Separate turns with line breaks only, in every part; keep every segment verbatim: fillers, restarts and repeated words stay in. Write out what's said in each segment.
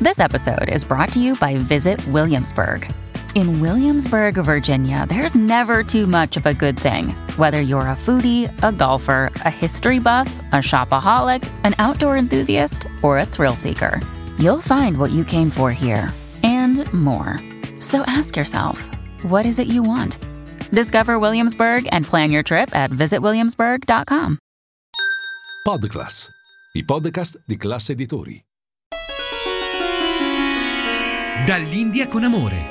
This episode is brought to you by Visit Williamsburg. In Williamsburg, Virginia, there's never too much of a good thing. Whether you're a foodie, a golfer, a history buff, a shopaholic, an outdoor enthusiast, or a thrill seeker, you'll find what you came for here and more. So ask yourself, what is it you want? Discover Williamsburg and plan your trip at visit williamsburg dot com.
Podclass, i podcast di Class Editori.
Dall'India con amore.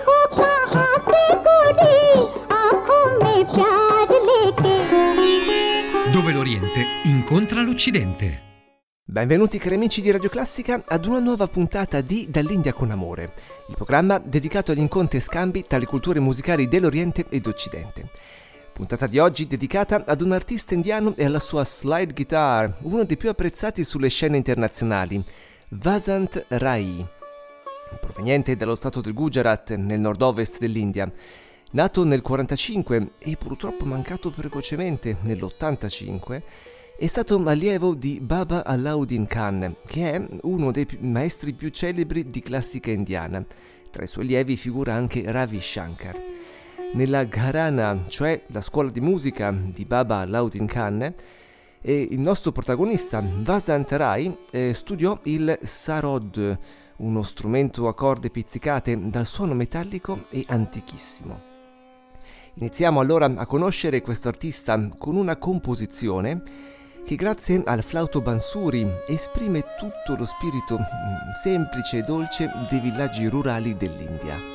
Dove l'Oriente incontra l'Occidente.
Benvenuti cari amici di Radio Classica ad una nuova puntata di Dall'India con amore, il programma dedicato agli incontri e scambi tra le culture musicali dell'Oriente ed Occidente. Puntata di oggi dedicata ad un artista indiano e alla sua slide guitar, uno dei più apprezzati sulle scene internazionali, Vasant Rai, proveniente dallo stato del Gujarat nel nord-ovest dell'India. Nato nel quarantacinque e purtroppo mancato precocemente nell'ottantacinque, è stato allievo di Baba Alauddin Khan, che è uno dei maestri più celebri di classica indiana. Tra i suoi allievi figura anche Ravi Shankar. Nella Gharana, cioè la scuola di musica di Baba Alauddin Khan, e il nostro protagonista, Vasant Rai, eh, studiò il sarod, uno strumento a corde pizzicate dal suono metallico e antichissimo. Iniziamo allora a conoscere questo artista con una composizione che grazie al flauto bansuri esprime tutto lo spirito semplice e dolce dei villaggi rurali dell'India.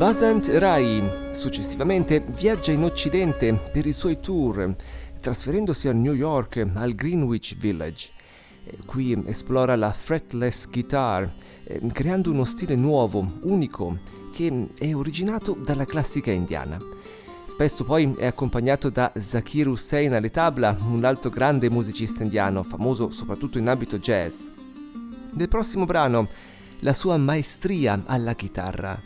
Vasant Rai successivamente viaggia in Occidente per i suoi tour, trasferendosi a New York al Greenwich Village. Qui esplora la fretless guitar, creando uno stile nuovo, unico, che è originato dalla classica indiana. Spesso poi è accompagnato da Zakir Hussain alle tabla, un altro grande musicista indiano, famoso soprattutto in ambito jazz. Nel prossimo brano, la sua maestria alla chitarra.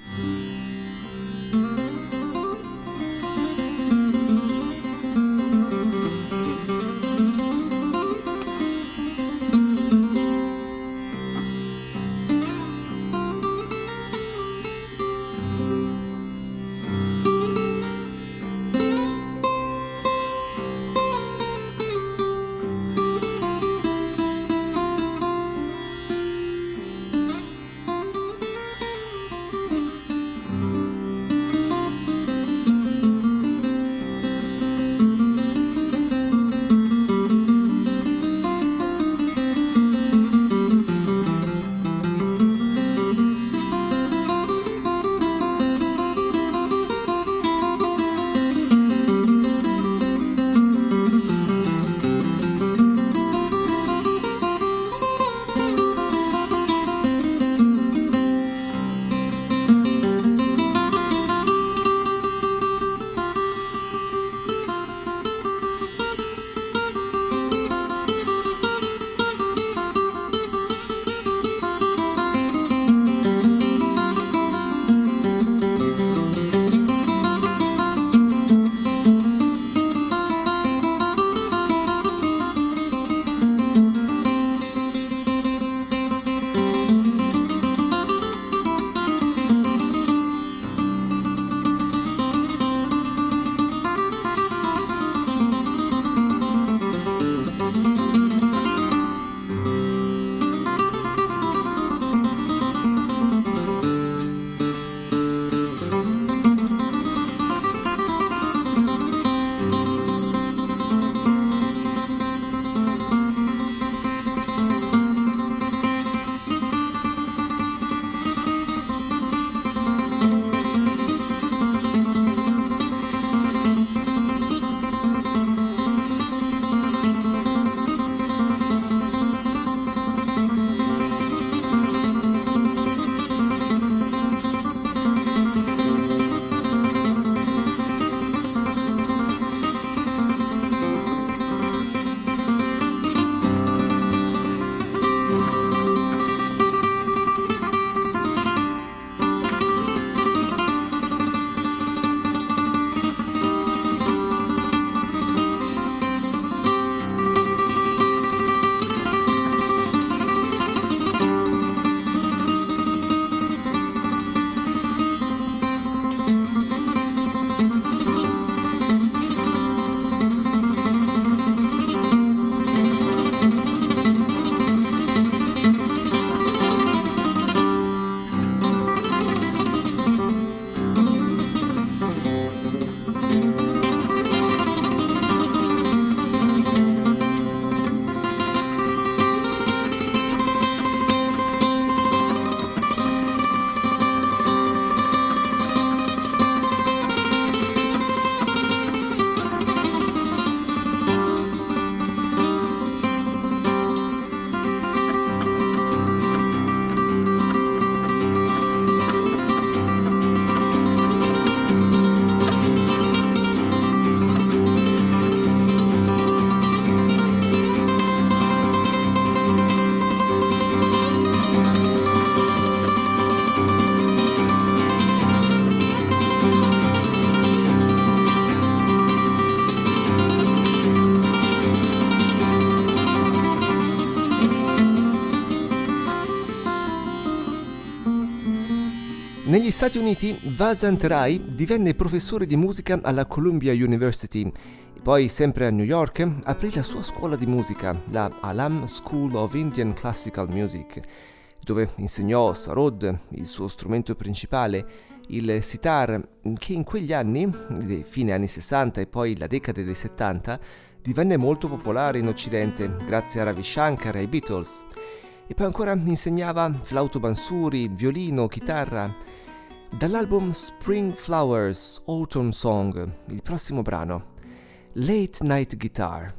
Negli Stati Uniti, Vasant Rai divenne professore di musica alla Columbia University e poi, sempre a New York, aprì la sua scuola di musica, la Alam School of Indian Classical Music, dove insegnò sarod, il suo strumento principale, il sitar, che in quegli anni, fine anni sessanta e poi la decade dei settanta, divenne molto popolare in Occidente grazie a Ravi Shankar e ai Beatles. E poi ancora insegnava flauto bansuri, violino, chitarra. Dall'album Spring Flowers Autumn Song, il prossimo brano, Late Night Guitar.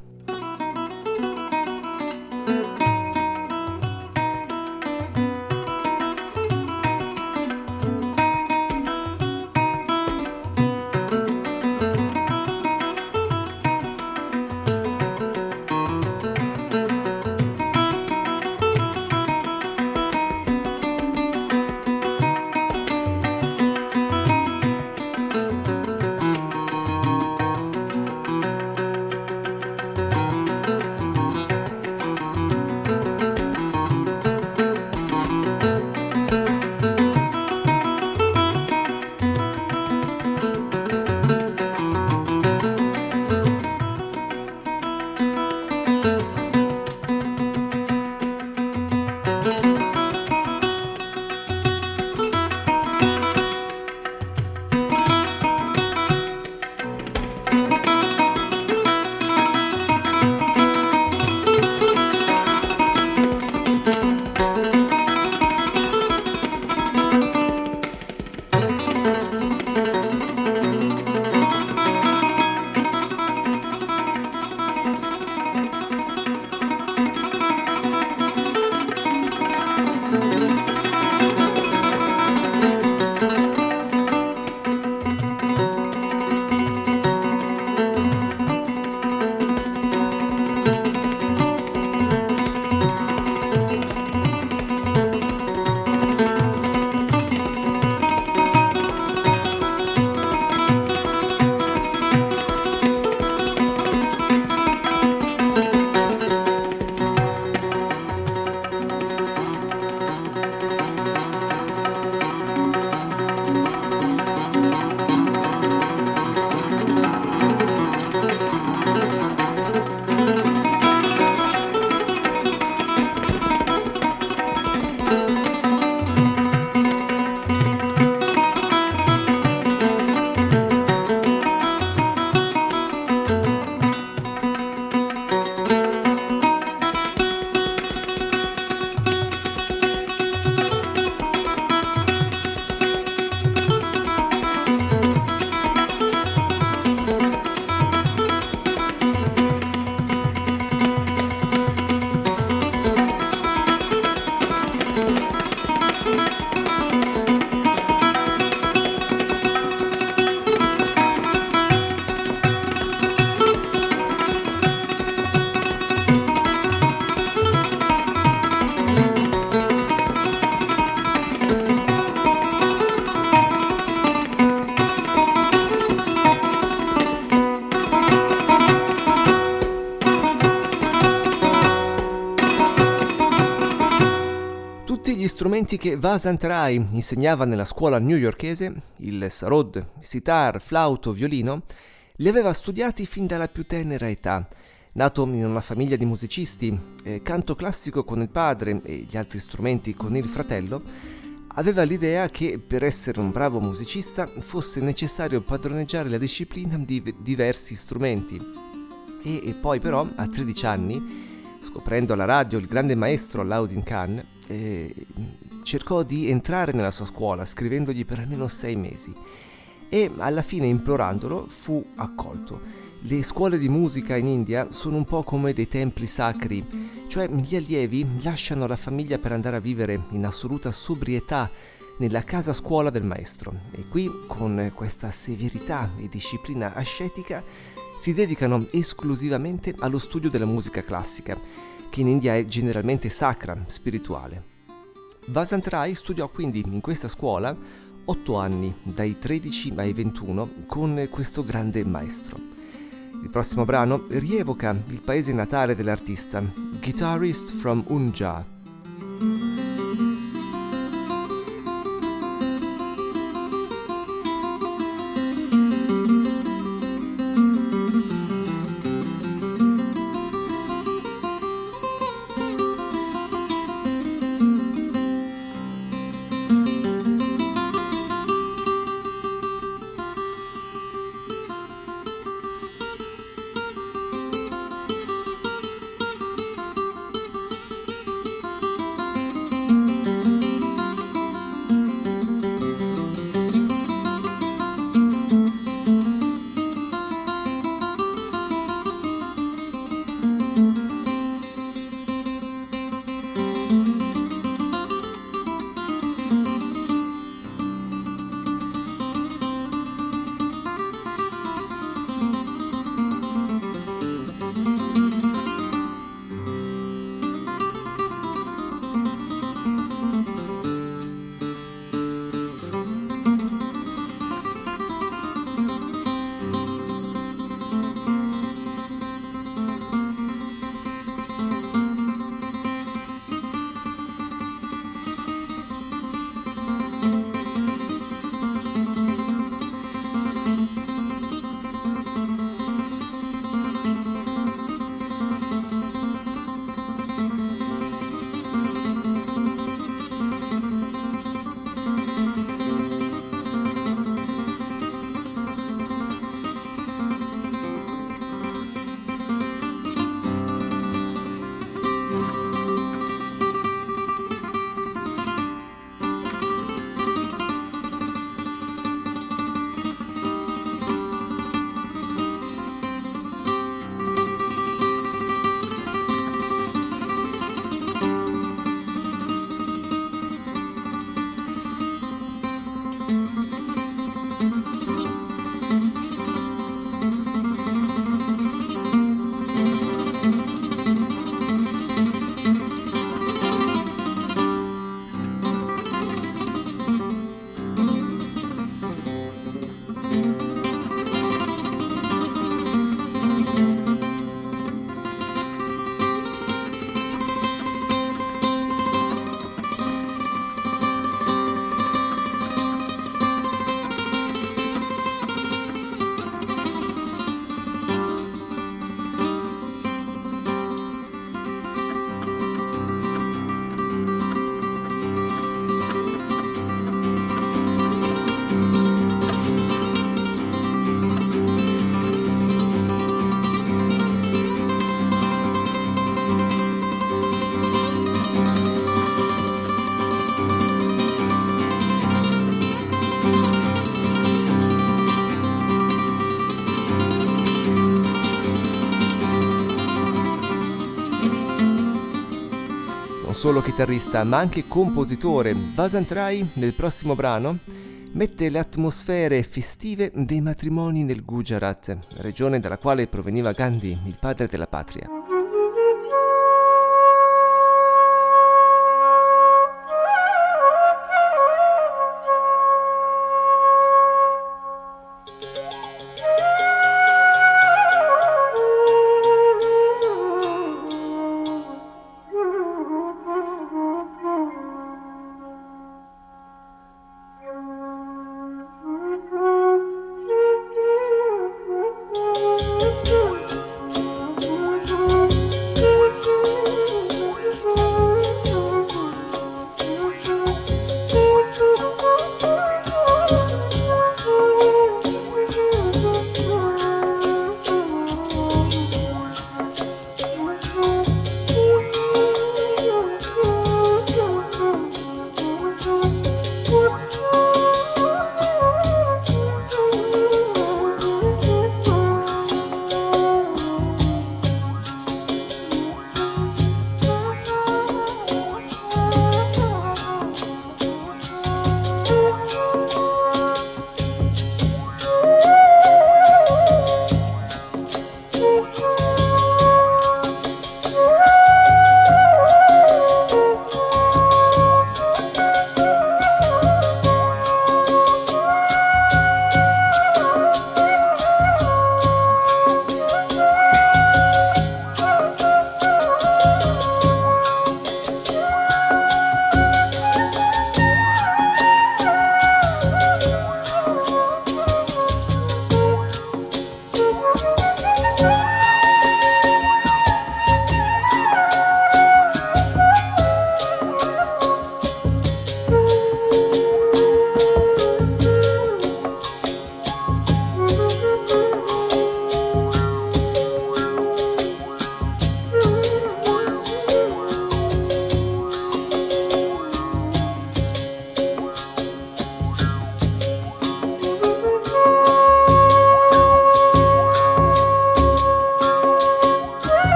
Strumenti che Vasant Rai insegnava nella scuola newyorkese, il sarod, sitar, flauto, violino, li aveva studiati fin dalla più tenera età. Nato in una famiglia di musicisti, eh, canto classico con il padre e gli altri strumenti con il fratello, aveva l'idea che per essere un bravo musicista fosse necessario padroneggiare la disciplina di diversi strumenti. E, e poi però, a tredici anni, scoprendo alla radio il grande maestro Laudin Khan, eh, cercò di entrare nella sua scuola scrivendogli per almeno sei mesi e alla fine, implorandolo, fu accolto. Le scuole di musica in India sono un po' come dei templi sacri, cioè gli allievi lasciano la famiglia per andare a vivere in assoluta sobrietà nella casa scuola del maestro e qui, con questa severità e disciplina ascetica, si dedicano esclusivamente allo studio della musica classica, che in India è generalmente sacra, spirituale. Vasant Rai studiò quindi in questa scuola otto anni, dai tredici ai ventuno, con questo grande maestro. Il prossimo brano rievoca il paese natale dell'artista, Guitarist from Unja. Solo chitarrista ma anche compositore, Vasant Rai nel prossimo brano mette le atmosfere festive dei matrimoni nel Gujarat, regione dalla quale proveniva Gandhi, il padre della patria.
Thank you.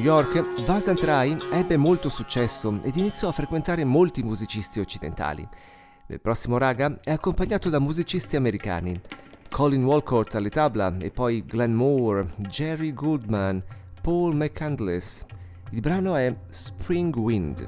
York, Vasant Rai ebbe molto successo ed iniziò a frequentare molti musicisti occidentali. Nel prossimo raga è accompagnato da musicisti americani, Colin Walcott alle tabla e poi Glenn Moore, Jerry Goldman, Paul McCandless. Il brano è Spring Wind.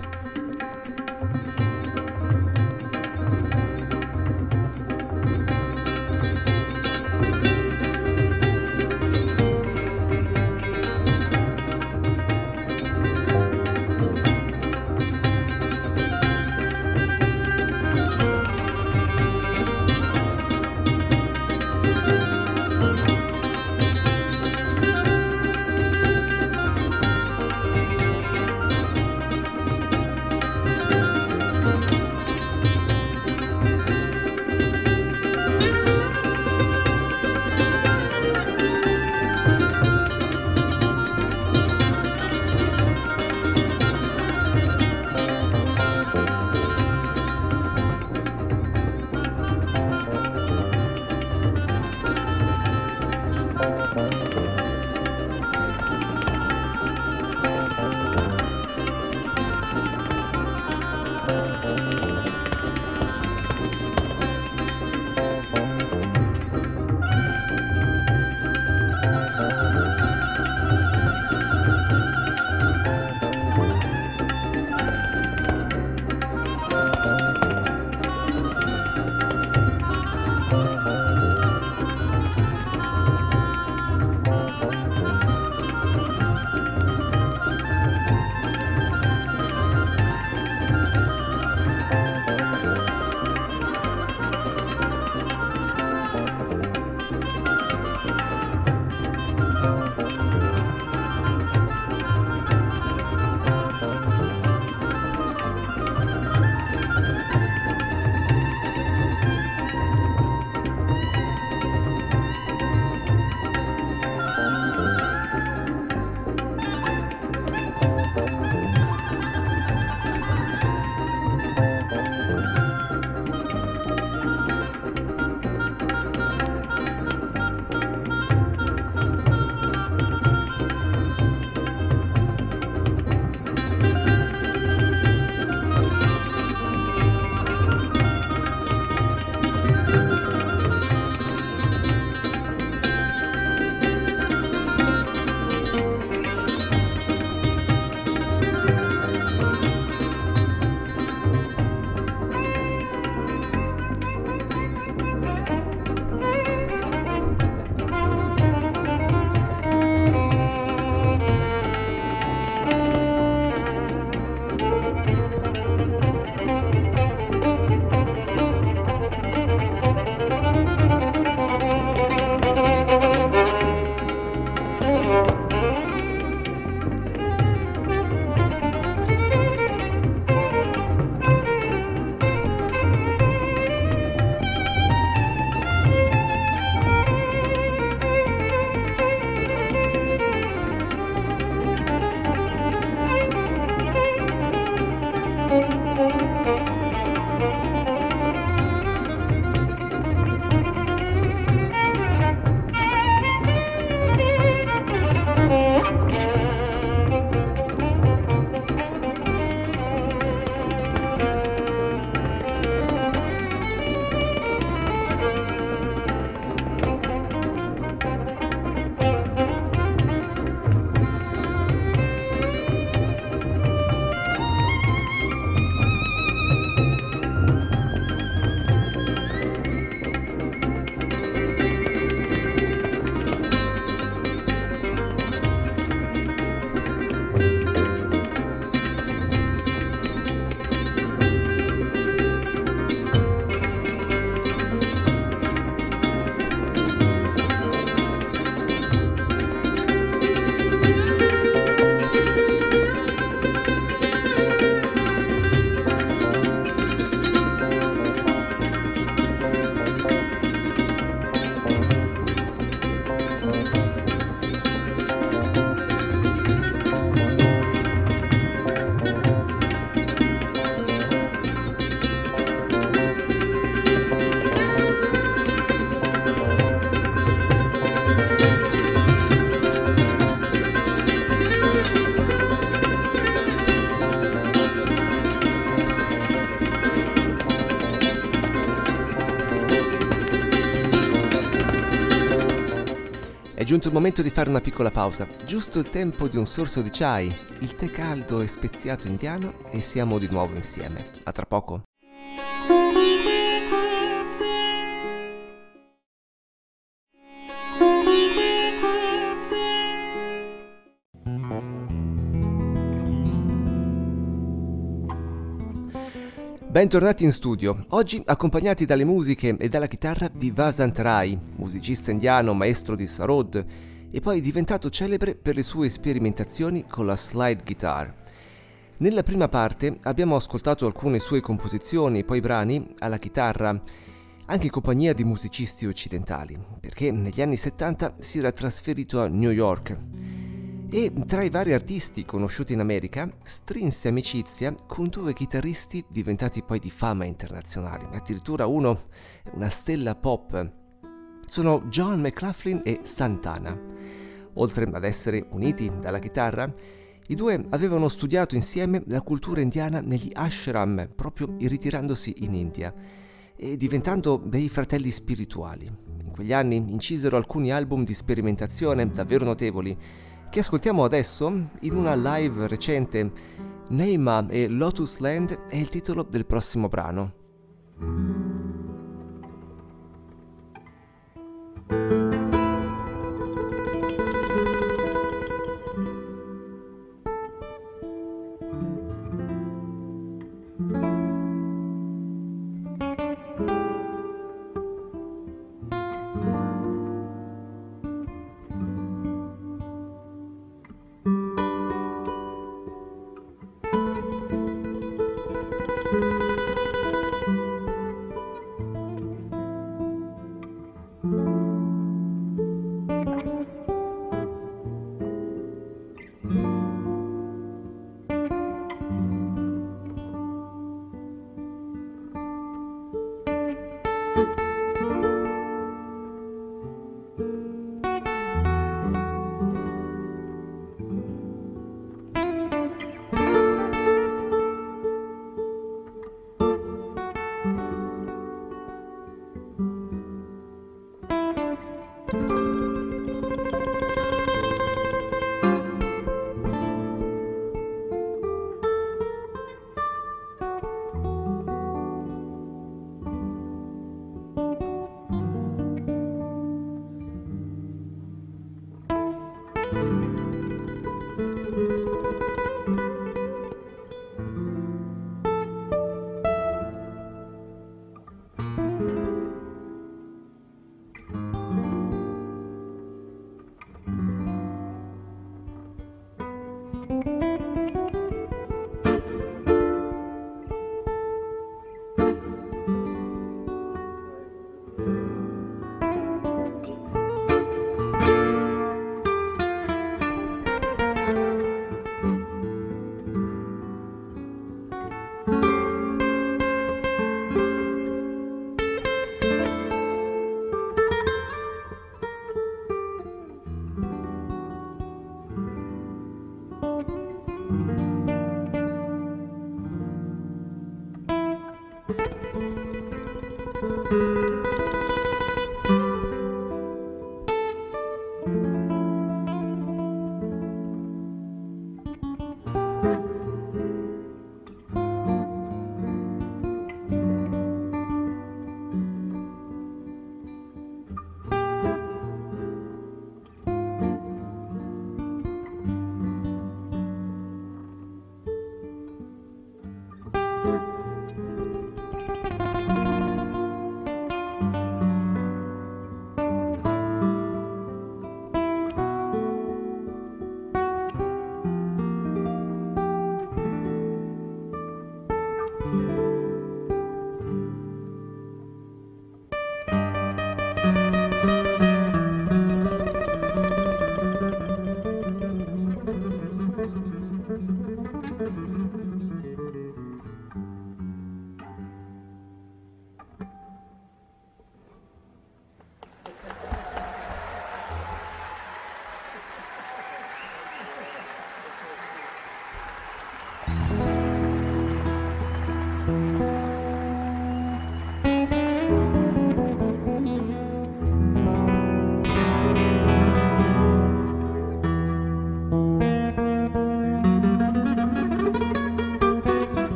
È giunto il momento di fare una piccola pausa, giusto il tempo di un sorso di chai, il tè caldo e speziato indiano e siamo di nuovo insieme. A tra poco. Bentornati in studio, oggi accompagnati dalle musiche e dalla chitarra di Vasant Rai, musicista indiano, maestro di sarod e poi diventato celebre per le sue sperimentazioni con la slide guitar. Nella prima parte abbiamo ascoltato alcune sue composizioni e poi brani alla chitarra, anche in compagnia di musicisti occidentali, perché negli anni settanta si era trasferito a New York. E tra i vari artisti conosciuti in America strinse amicizia con due chitarristi diventati poi di fama internazionale, addirittura uno è una stella pop. Sono John McLaughlin e Santana. Oltre ad essere uniti dalla chitarra, i due avevano studiato insieme la cultura indiana negli ashram, proprio ritirandosi in India e diventando dei fratelli spirituali. In quegli anni incisero alcuni album di sperimentazione davvero notevoli, che ascoltiamo adesso in una live recente. Neima e Lotus Land è il titolo del prossimo brano.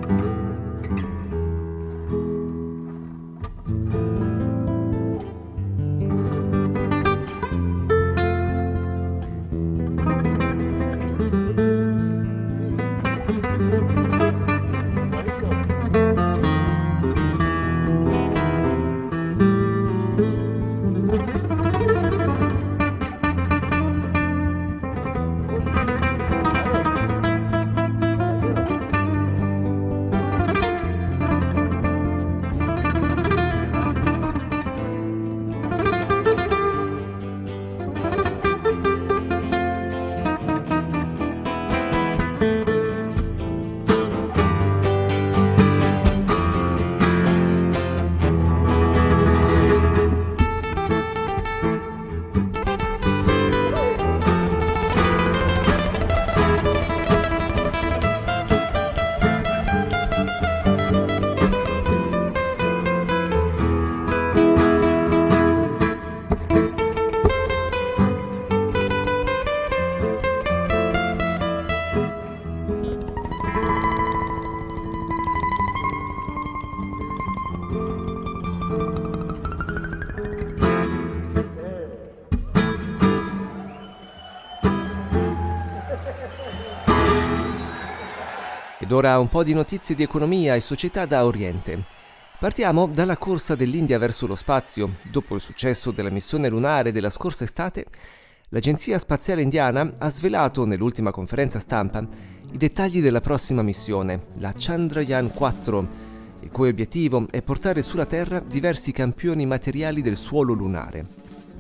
Ed ora un po' di notizie di economia e società da Oriente. Partiamo dalla corsa dell'India verso lo spazio. Dopo il successo della missione lunare della scorsa estate, l'Agenzia Spaziale Indiana ha svelato nell'ultima conferenza stampa i dettagli della prossima missione, la Chandrayaan quattro, il cui obiettivo è portare sulla Terra diversi campioni materiali del suolo lunare.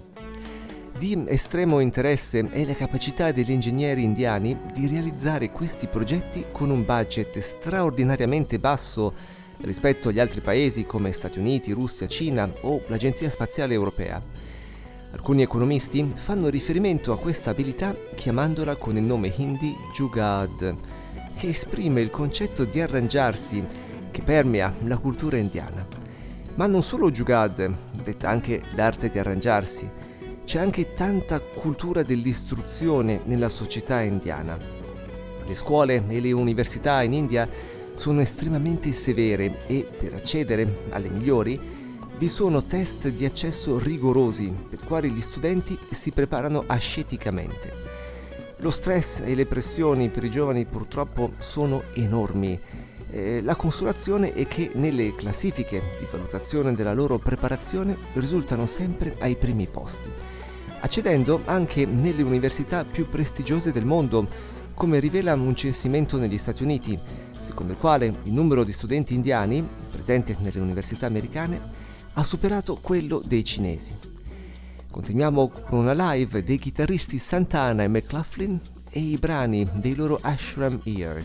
Di estremo interesse è la capacità degli ingegneri indiani di realizzare questi progetti con un budget straordinariamente basso rispetto agli altri paesi come Stati Uniti, Russia, Cina o l'Agenzia Spaziale Europea. Alcuni economisti fanno riferimento a questa abilità chiamandola con il nome hindi Jugaad, che esprime il concetto di arrangiarsi che permea la cultura indiana. Ma non solo Jugaad, detta anche l'arte di arrangiarsi, c'è anche tanta cultura dell'istruzione nella società indiana. Le scuole e le università in India sono estremamente severe e, per accedere alle migliori, vi sono test di accesso rigorosi per i quali gli studenti si preparano asceticamente. Lo stress e le pressioni per i giovani purtroppo sono enormi. Eh, la consolazione è che nelle classifiche di valutazione della loro preparazione risultano sempre ai primi posti, accedendo anche nelle università più prestigiose del mondo, come rivela un censimento negli Stati Uniti, secondo il quale il numero di studenti indiani presenti nelle università americane ha superato quello dei cinesi. Continuiamo con una live dei chitarristi Santana e McLaughlin e i brani dei loro Ashram Year.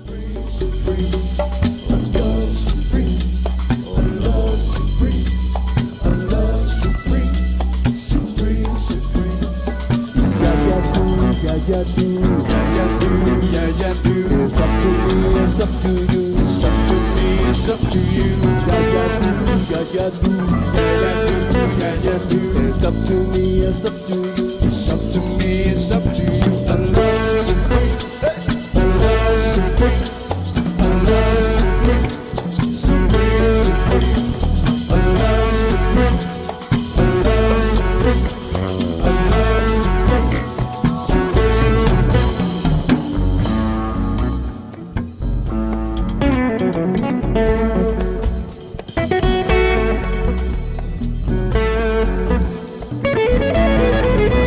Yeah, yeah, do, yeah, yeah, do, yeah, yeah, do. It's up to me, it's up to you. It's up to me, it's up to you. Yeah, yeah, do, yeah, yeah, do, yeah, yeah, do, yeah, yeah, do. It's up to me, it's up to you. It's up to me, it's up to you. I love supreme, I love supreme, I love supreme, supreme, supreme. I love supreme, I love supreme, I love supreme.
Thank you.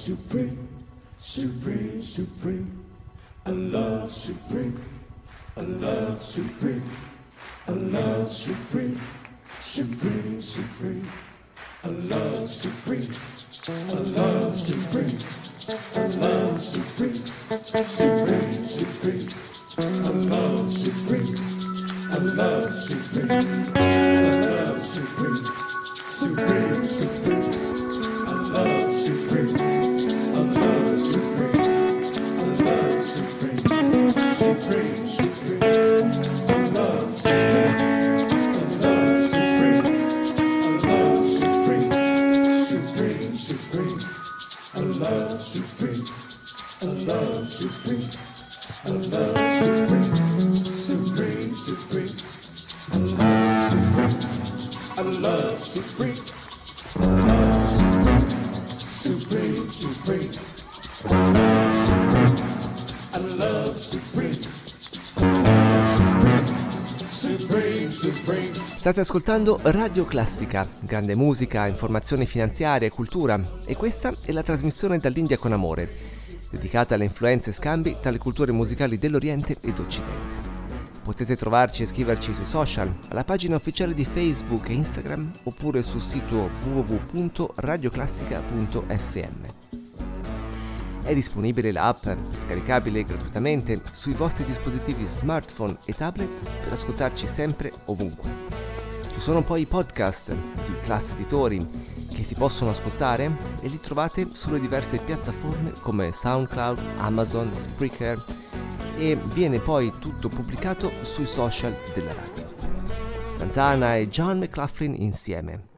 supreme, supreme, supreme. A love supreme, a love supreme, a love supreme, supreme, supreme. A love supreme, a love supreme, a love supreme, supreme, supreme. A love supreme, a love supreme, a love supreme, supreme, supreme. A love supreme, a love supreme, a love supreme, supreme, supreme. A love supreme, a love supreme, a love supreme, supreme, supreme. A love supreme, a love supreme, a love supreme, supreme, supreme. A love supreme, a love supreme, a love supreme, supreme, supreme. A love supreme, a love supreme, a love supreme, supreme, supreme.
State ascoltando Radio Classica, grande musica, informazioni finanziarie e cultura, e questa è la trasmissione Dall'India con Amore, dedicata alle influenze e scambi tra le culture musicali dell'Oriente e d'Occidente. Potete trovarci e scriverci sui social, alla pagina ufficiale di Facebook e Instagram, oppure sul sito w w w punto radioclassica punto f m. È disponibile l'app, scaricabile gratuitamente sui vostri dispositivi smartphone e tablet per ascoltarci sempre ovunque. Ci sono poi i podcast di Classe Editori che si possono ascoltare e li trovate sulle diverse piattaforme come SoundCloud, Amazon, Spreaker, e viene poi tutto pubblicato sui social della radio. Santana e John McLaughlin insieme.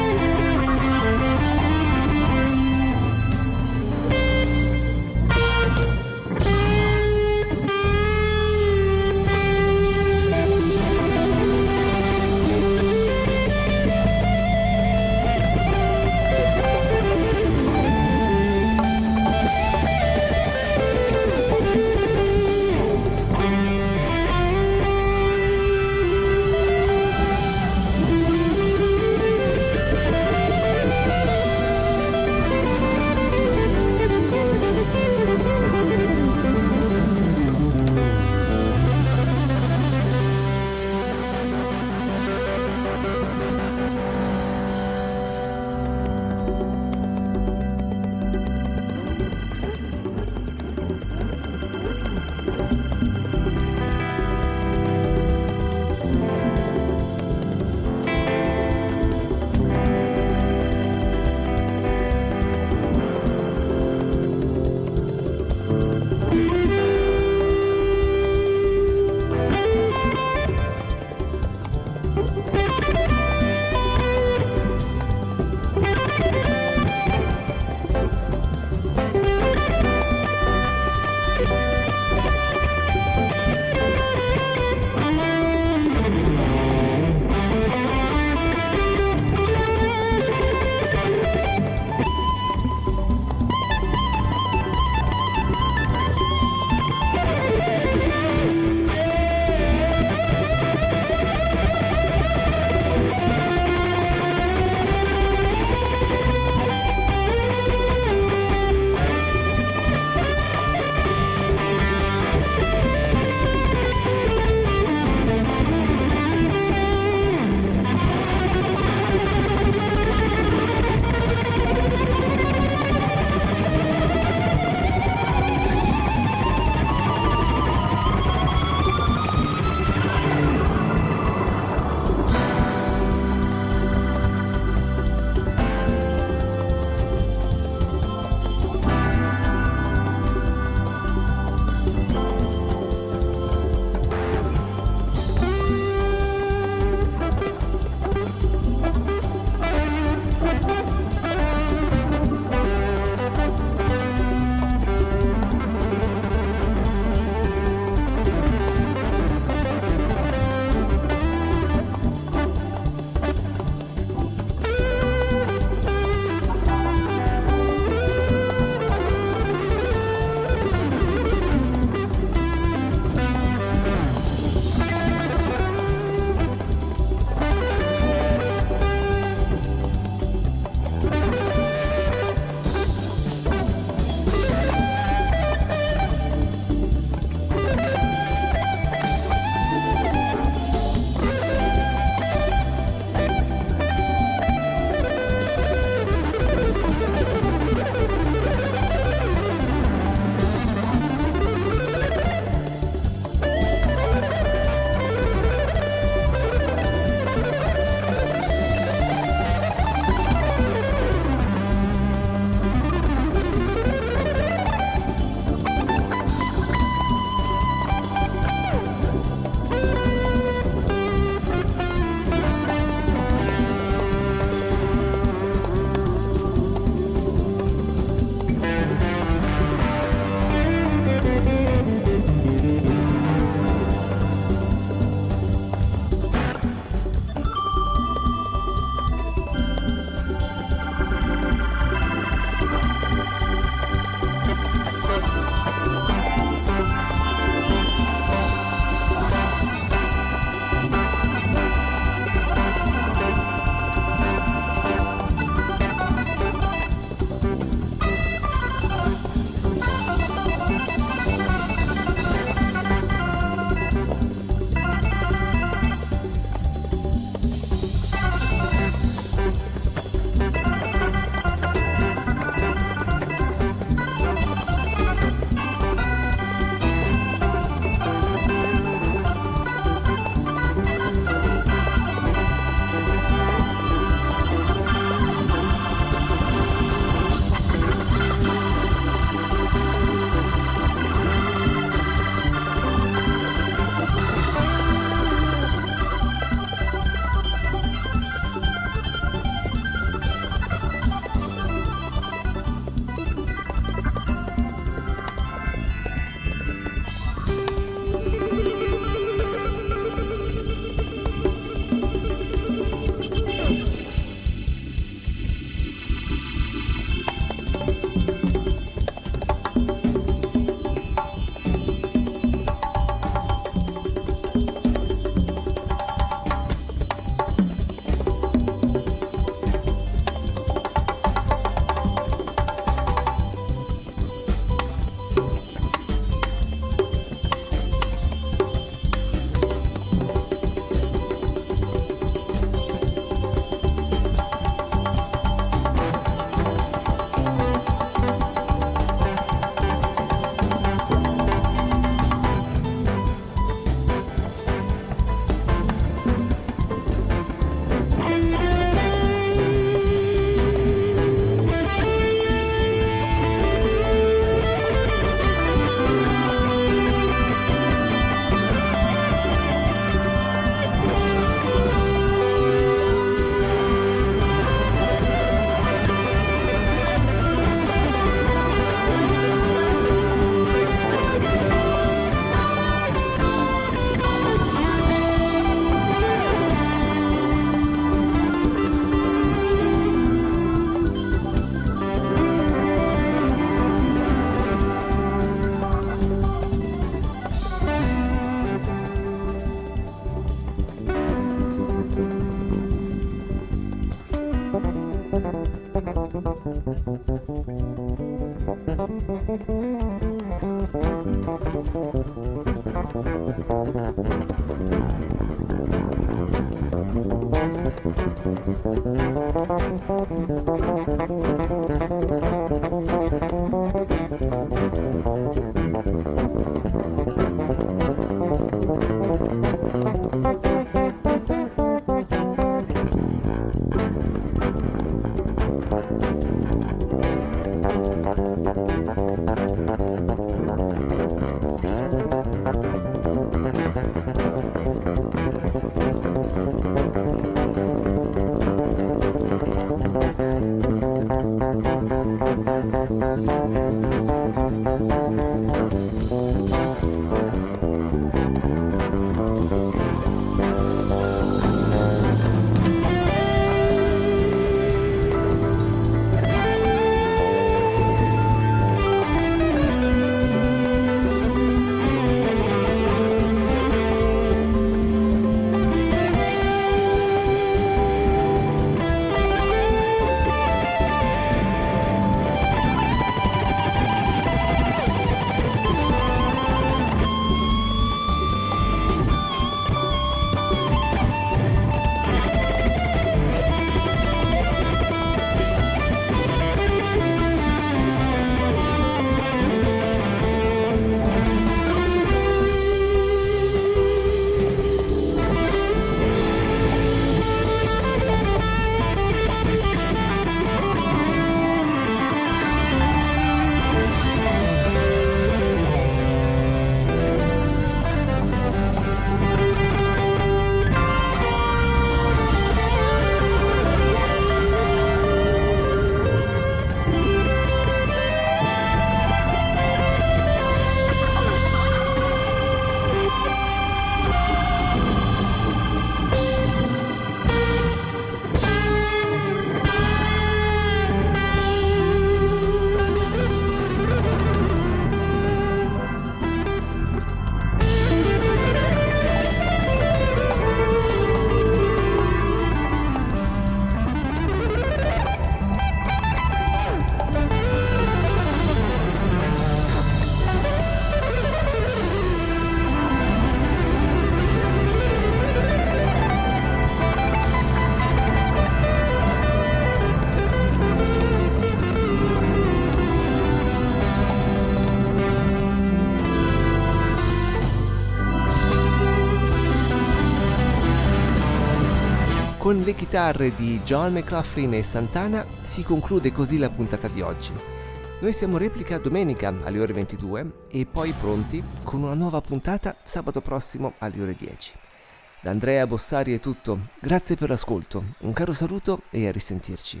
Con le chitarre di John McLaughlin e Santana si conclude così la puntata di oggi. Noi siamo Replica domenica alle ore ventidue e poi pronti con una nuova puntata sabato prossimo alle ore dieci. Da Andrea Bossari è tutto, grazie per l'ascolto, un caro saluto e a risentirci.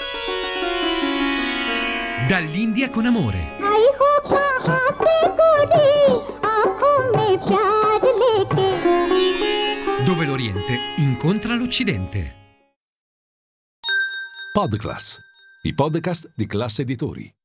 Dall'India con amore. Dove l'Oriente incontra l'Occidente.
Podclass, i podcast di Classe Editori.